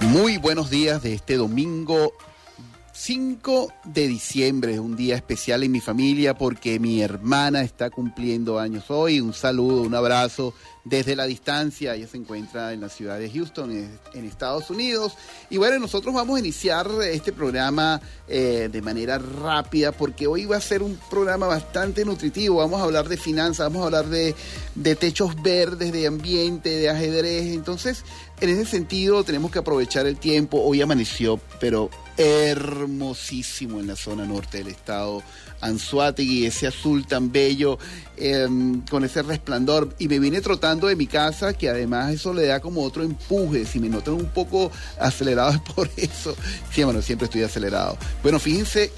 Muy buenos días de este domingo 5 de diciembre, un día especial en mi familia porque mi hermana está cumpliendo años hoy. Un saludo, un abrazo desde la distancia. Ella se encuentra en la ciudad de Houston, en Estados Unidos. Y bueno, nosotros vamos a iniciar este programa de manera rápida porque hoy va a ser un programa bastante nutritivo. Vamos a hablar de finanzas, vamos a hablar de techos verdes, de ambiente, de ajedrez. Entonces, en ese sentido, tenemos que aprovechar el tiempo. Hoy amaneció, pero hermosísimo en la zona norte del estado Anzoátegui, ese azul tan bello, con ese resplandor, y me vine trotando de mi casa, que además eso le da como otro empuje. Si me notan un poco acelerado es por eso. Sí, bueno, siempre estoy acelerado. Bueno, fíjense,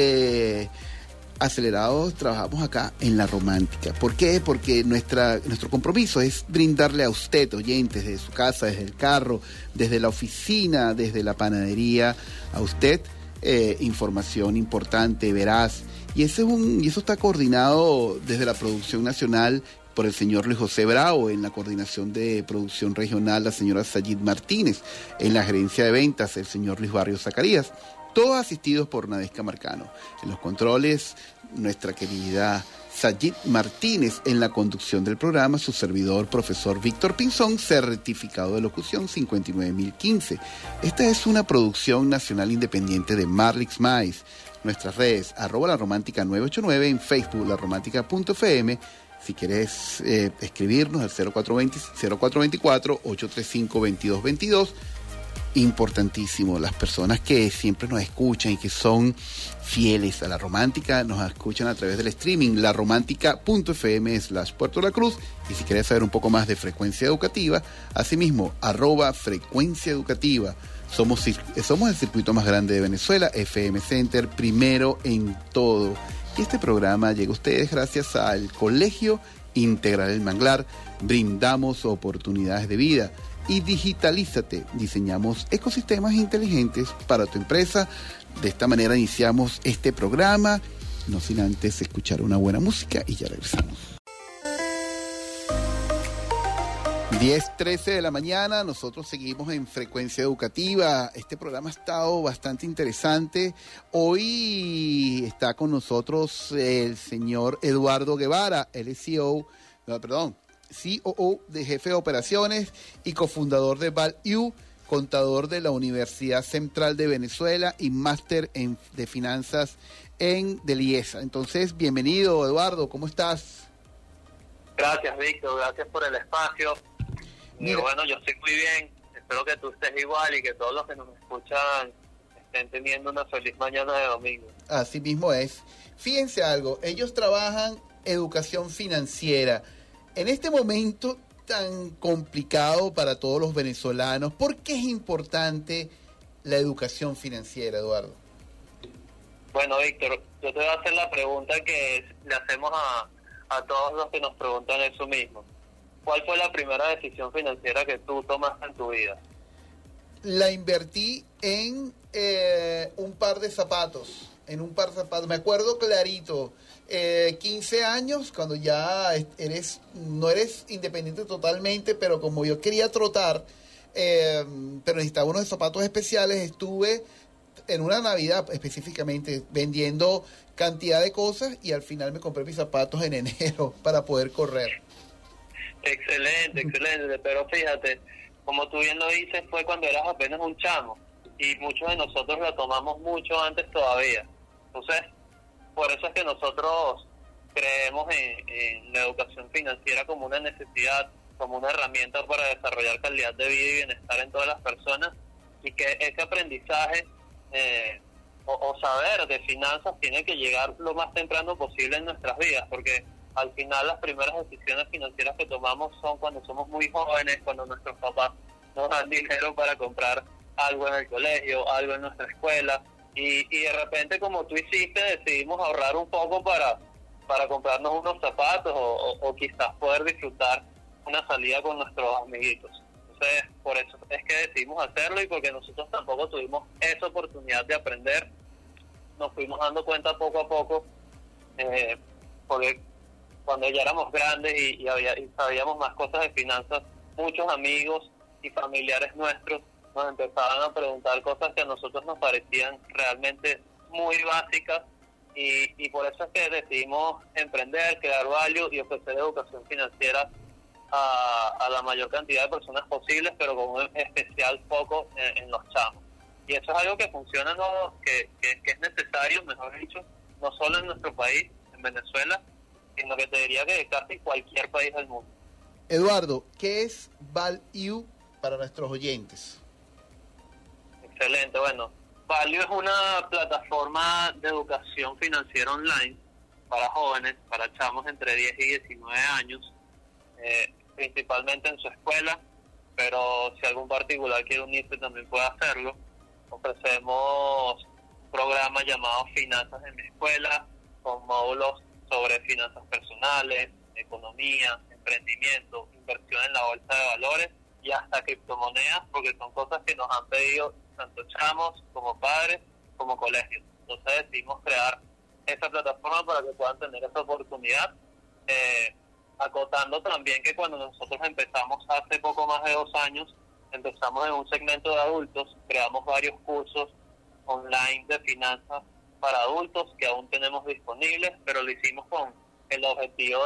acelerados trabajamos acá en La Romántica. ¿Por qué? Porque nuestro compromiso es brindarle a usted, oyentes, desde su casa, desde el carro, desde la oficina, desde la panadería, a usted información importante, veraz. Y eso está coordinado desde la producción nacional por el señor Luis José Bravo, en la coordinación de producción regional la señora Sayid Martínez, en la gerencia de ventas el señor Luis Barrios Zacarías, todos asistidos por Nadesca Marcano. En los controles, nuestra querida Sayid Martínez, en la conducción del programa, su servidor, profesor Víctor Pinzón, certificado de locución 59015. Esta es una producción nacional independiente de Marlix Mais. Nuestras redes, @laromántica989, en Facebook, laromántica.fm. Si quieres escribirnos al 0424-835-2222. Importantísimo, las personas que siempre nos escuchan y que son fieles a La Romántica, nos escuchan a través del streaming, laromántica.fm/Puerto La Cruz. Y si quieres saber un poco más de Frecuencia Educativa, asimismo, @Frecuencia Educativa. Somos el circuito más grande de Venezuela, FM Center, primero en todo. Y este programa llega a ustedes gracias al Colegio Integral El Manglar. Brindamos oportunidades de vida. Y digitalízate, diseñamos ecosistemas inteligentes para tu empresa. De esta manera iniciamos este programa, no sin antes escuchar una buena música, y ya regresamos. 10:13 de la mañana, nosotros seguimos en Frecuencia Educativa. Este programa ha estado bastante interesante. Hoy está con nosotros el señor Eduardo Guevara, él es COO de Jefe de Operaciones y cofundador de ValU, contador de la Universidad Central de Venezuela y máster de finanzas de IESA. Entonces, bienvenido, Eduardo, ¿cómo estás? Gracias, Víctor, gracias por el espacio. Bueno, yo estoy muy bien, espero que tú estés igual y que todos los que nos escuchan estén teniendo una feliz mañana de domingo. Así mismo es. Fíjense algo, ellos trabajan educación financiera. En este momento tan complicado para todos los venezolanos, ¿por qué es importante la educación financiera, Eduardo? Bueno, Víctor, yo te voy a hacer la pregunta que le hacemos a todos los que nos preguntan eso mismo. ¿Cuál fue la primera decisión financiera que tú tomaste en tu vida? La invertí en un par de zapatos. Me acuerdo clarito. 15 años, cuando ya no eres independiente totalmente, pero como yo quería trotar, pero necesitaba unos zapatos especiales, estuve en una Navidad específicamente vendiendo cantidad de cosas y al final me compré mis zapatos en enero para poder correr. Excelente, pero fíjate, como tú bien lo dices, fue cuando eras apenas un chamo y muchos de nosotros la tomamos mucho antes todavía. Entonces, por eso es que nosotros creemos en la educación financiera como una necesidad, como una herramienta para desarrollar calidad de vida y bienestar en todas las personas, y que ese aprendizaje o saber de finanzas tiene que llegar lo más temprano posible en nuestras vidas, porque al final las primeras decisiones financieras que tomamos son cuando somos muy jóvenes, cuando nuestros papás nos dan dinero para comprar algo en el colegio, algo en nuestra escuela, y de repente, como tú hiciste, decidimos ahorrar un poco para comprarnos unos zapatos o quizás poder disfrutar una salida con nuestros amiguitos. Entonces, por eso es que decidimos hacerlo, y porque nosotros tampoco tuvimos esa oportunidad de aprender, nos fuimos dando cuenta poco a poco, porque cuando ya éramos grandes y sabíamos más cosas de finanzas, muchos amigos y familiares nuestros nos empezaban a preguntar cosas que a nosotros nos parecían realmente muy básicas, y por eso es que decidimos emprender, crear value y ofrecer educación financiera a la mayor cantidad de personas posibles, pero con un especial foco en los chamos. Y eso es algo que funciona, ¿no? que es necesario, mejor dicho, no solo en nuestro país, en Venezuela, sino que te diría que de casi cualquier país del mundo. Eduardo, ¿qué es Value para nuestros oyentes? Excelente, bueno, Value es una plataforma de educación financiera online para jóvenes, para chamos entre 10 y 19 años, principalmente en su escuela, pero si algún particular quiere unirse también puede hacerlo. Ofrecemos un programa llamado Finanzas en mi Escuela, con módulos sobre finanzas personales, economía, emprendimiento, inversión en la bolsa de valores y hasta criptomonedas, porque son cosas que nos han pedido tanto chamos como padres como colegios. Entonces decidimos crear esa plataforma para que puedan tener esa oportunidad, acotando también que cuando nosotros empezamos hace poco más de 2 años, empezamos en un segmento de adultos, creamos varios cursos online de finanzas para adultos que aún tenemos disponibles, pero lo hicimos con el objetivo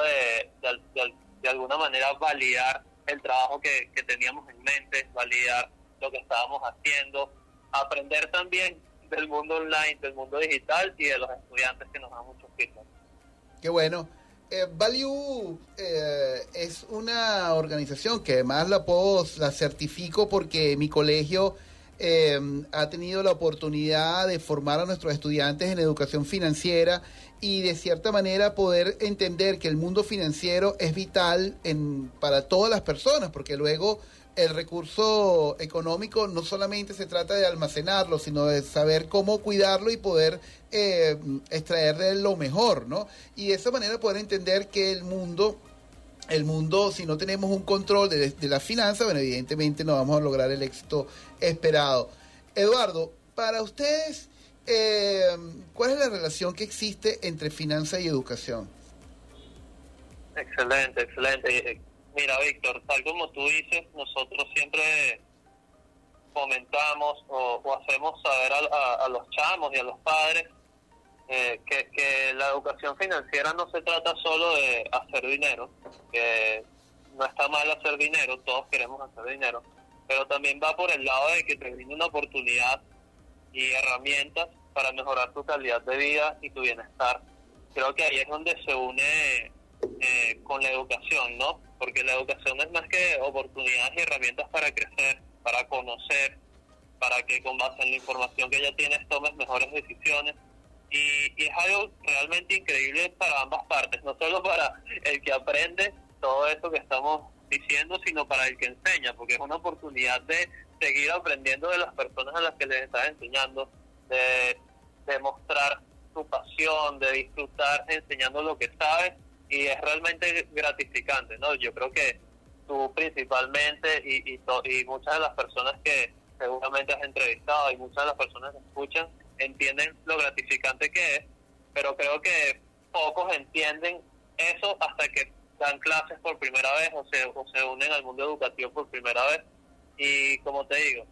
de alguna manera validar el trabajo que teníamos en mente, validar lo que estábamos haciendo, aprender también del mundo online, del mundo digital y de los estudiantes que nos dan muchos feedback. Qué bueno. Value es una organización que además la certifico porque mi colegio ha tenido la oportunidad de formar a nuestros estudiantes en educación financiera y de cierta manera poder entender que el mundo financiero es vital para todas las personas, porque luego el recurso económico no solamente se trata de almacenarlo, sino de saber cómo cuidarlo y poder extraer de él lo mejor, ¿no? Y de esa manera poder entender que el mundo, si no tenemos un control de la finanza, bueno, evidentemente no vamos a lograr el éxito esperado. Eduardo, para ustedes, ¿cuál es la relación que existe entre finanza y educación? Excelente. Mira, Víctor, tal como tú dices, nosotros siempre fomentamos o hacemos saber a los chamos y a los padres que la educación financiera no se trata solo de hacer dinero, que no está mal hacer dinero, todos queremos hacer dinero, pero también va por el lado de que te brinda una oportunidad y herramientas para mejorar tu calidad de vida y tu bienestar. Creo que ahí es donde se une con la educación, ¿no? Porque la educación es más que oportunidades y herramientas para crecer, para conocer, para que con base en la información que ya tienes tomes mejores decisiones. Y es algo realmente increíble para ambas partes, no solo para el que aprende todo esto que estamos diciendo, sino para el que enseña, porque es una oportunidad de seguir aprendiendo de las personas a las que les estás enseñando, de mostrar tu pasión, de disfrutar enseñando lo que sabes, y es realmente gratificante, ¿no? Yo creo que tú principalmente y muchas de las personas que seguramente has entrevistado y muchas de las personas que escuchan entienden lo gratificante que es, pero creo que pocos entienden eso hasta que dan clases por primera vez o se unen al mundo educativo por primera vez. Y como te digo,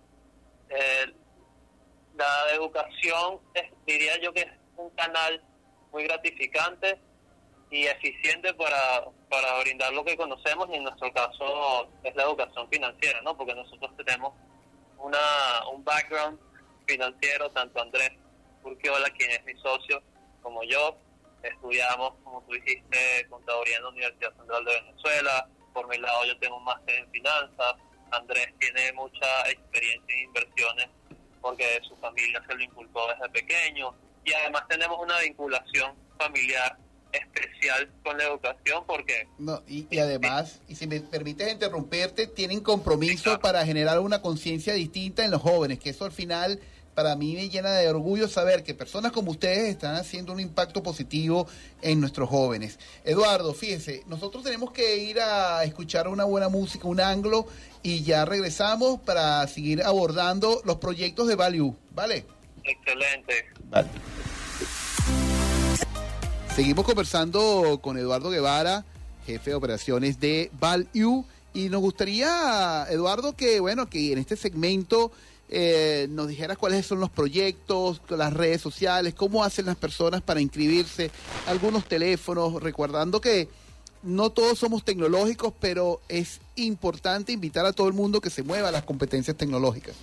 la educación diría yo que es un canal muy gratificante y eficiente para brindar lo que conocemos, y en nuestro caso es la educación financiera, ¿no? Porque nosotros tenemos un background financiero, tanto Andrés Urquiola, quien es mi socio, como yo, estudiamos, como tú dijiste, contaduría en la Universidad Central de Venezuela. Por mi lado yo tengo un máster en finanzas. Andrés tiene mucha experiencia en inversiones porque su familia se lo inculcó desde pequeño, y además tenemos una vinculación familiar especial con la educación porque... No, y además, y si me permites interrumpirte, tienen compromiso Exacto. para generar una conciencia distinta en los jóvenes, que eso al final para mí me llena de orgullo saber que personas como ustedes están haciendo un impacto positivo en nuestros jóvenes. Eduardo, fíjese, nosotros tenemos que ir a escuchar una buena música, un anglo, y ya regresamos para seguir abordando los proyectos de Value, ¿vale? Excelente. Vale. Seguimos conversando con Eduardo Guevara, jefe de operaciones de Value, Y nos gustaría, Eduardo, que en este segmento nos dijeras cuáles son los proyectos, las redes sociales, cómo hacen las personas para inscribirse, algunos teléfonos, recordando que no todos somos tecnológicos, pero es importante invitar a todo el mundo que se mueva a las competencias tecnológicas.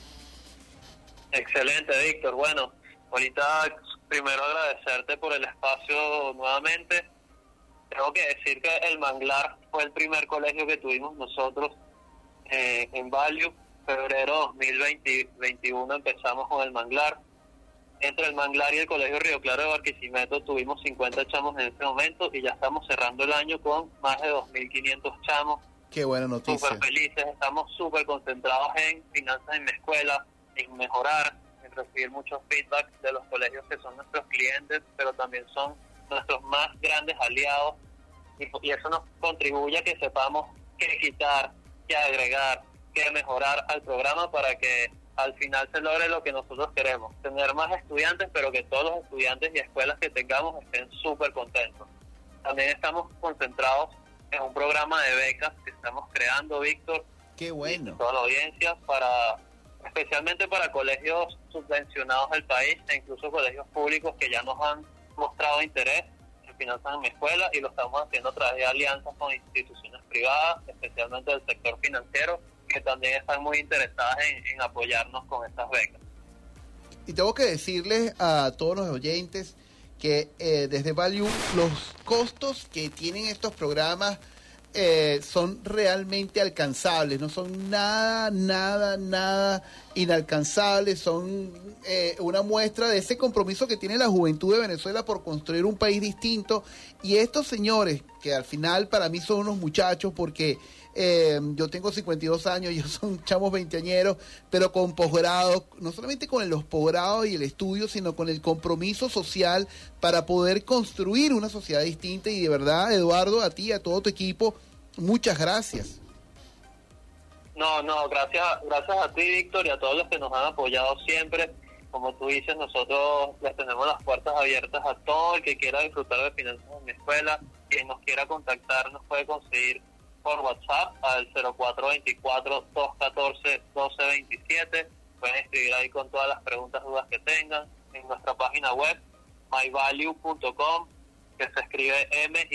Excelente, Víctor. Bueno, ahorita primero agradecerte por el espacio nuevamente. Tengo que decir que el Manglar fue el primer colegio que tuvimos nosotros en Value. Febrero 2021 empezamos con el Manglar. Entre el Manglar y el Colegio Río Claro de Barquisimeto tuvimos 50 chamos en este momento y ya estamos cerrando el año con más de 2.500 chamos. Qué buena noticia. Súper felices, estamos súper concentrados en finanzas en mi escuela, en mejorar, en recibir muchos feedback de los colegios que son nuestros clientes, pero también son nuestros más grandes aliados, y eso nos contribuye a que sepamos qué quitar, qué agregar, qué mejorar al programa para que al final se logre lo que nosotros queremos, tener más estudiantes, pero que todos los estudiantes y escuelas que tengamos estén súper contentos. También estamos concentrados en un programa de becas que estamos creando, Víctor. Qué bueno. Y toda la audiencia, especialmente para colegios subvencionados del país e incluso colegios públicos que ya nos han mostrado interés en finanzas en mi escuela, y lo estamos haciendo a través de alianzas con instituciones privadas, especialmente del sector financiero, que también están muy interesadas en apoyarnos con estas becas. Y tengo que decirles a todos los oyentes que desde Value los costos que tienen estos programas son realmente alcanzables, no son nada inalcanzables, son una muestra de ese compromiso que tiene la juventud de Venezuela por construir un país distinto. Y estos señores, que al final para mí son unos muchachos, porque yo tengo 52 años, ellos son chamos veinteañeros, pero con posgrado, no solamente con los posgrados y el estudio, sino con el compromiso social para poder construir una sociedad distinta. Y de verdad, Eduardo, a ti, a todo tu equipo, muchas gracias. No, gracias a ti, Víctor, y a todos los que nos han apoyado siempre. Como tú dices, nosotros les tenemos las puertas abiertas a todo el que quiera disfrutar de finanzas en mi escuela. Quien nos quiera contactar nos puede conseguir por WhatsApp al 0424-214-1227. Pueden escribir ahí con todas las preguntas, dudas que tengan. En nuestra página web, myvalue.com, que se escribe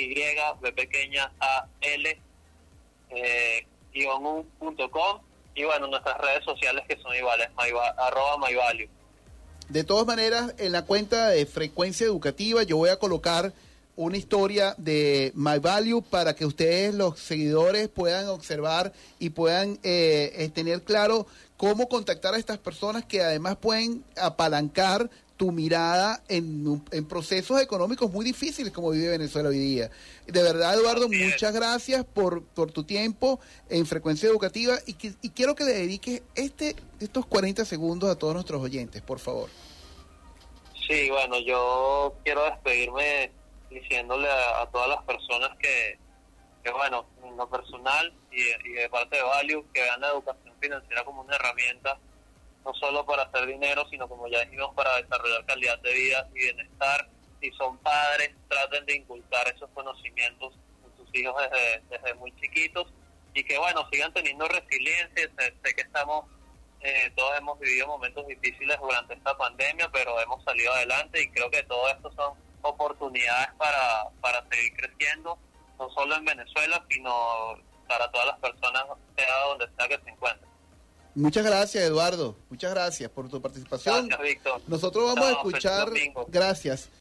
MYBPAL-U.com, y bueno, nuestras redes sociales que son iguales, @myvalue. De todas maneras, en la cuenta de Frecuencia Educativa yo voy a colocar una historia de MyValue para que ustedes, los seguidores, puedan observar y puedan tener claro cómo contactar a estas personas que además pueden apalancar tu mirada en procesos económicos muy difíciles como vive Venezuela hoy día. De verdad, Eduardo, muchas gracias por tu tiempo en Frecuencia Educativa, y quiero que le dediques estos 40 segundos a todos nuestros oyentes, por favor. Sí, bueno, yo quiero despedirme diciéndole a todas las personas que bueno, en lo personal y de parte de Value, que vean la educación financiera como una herramienta no solo para hacer dinero, sino, como ya dijimos, para desarrollar calidad de vida y bienestar. Si son padres, traten de inculcar esos conocimientos en sus hijos desde muy chiquitos, y que bueno, sigan teniendo resiliencia. Sé que estamos todos hemos vivido momentos difíciles durante esta pandemia, pero hemos salido adelante, y creo que todo esto son oportunidades para seguir creciendo, no solo en Venezuela, sino para todas las personas, sea donde sea que se encuentren. Muchas gracias, Eduardo. Muchas gracias por tu participación. Gracias, Víctor. Nosotros vamos a escuchar. Gracias.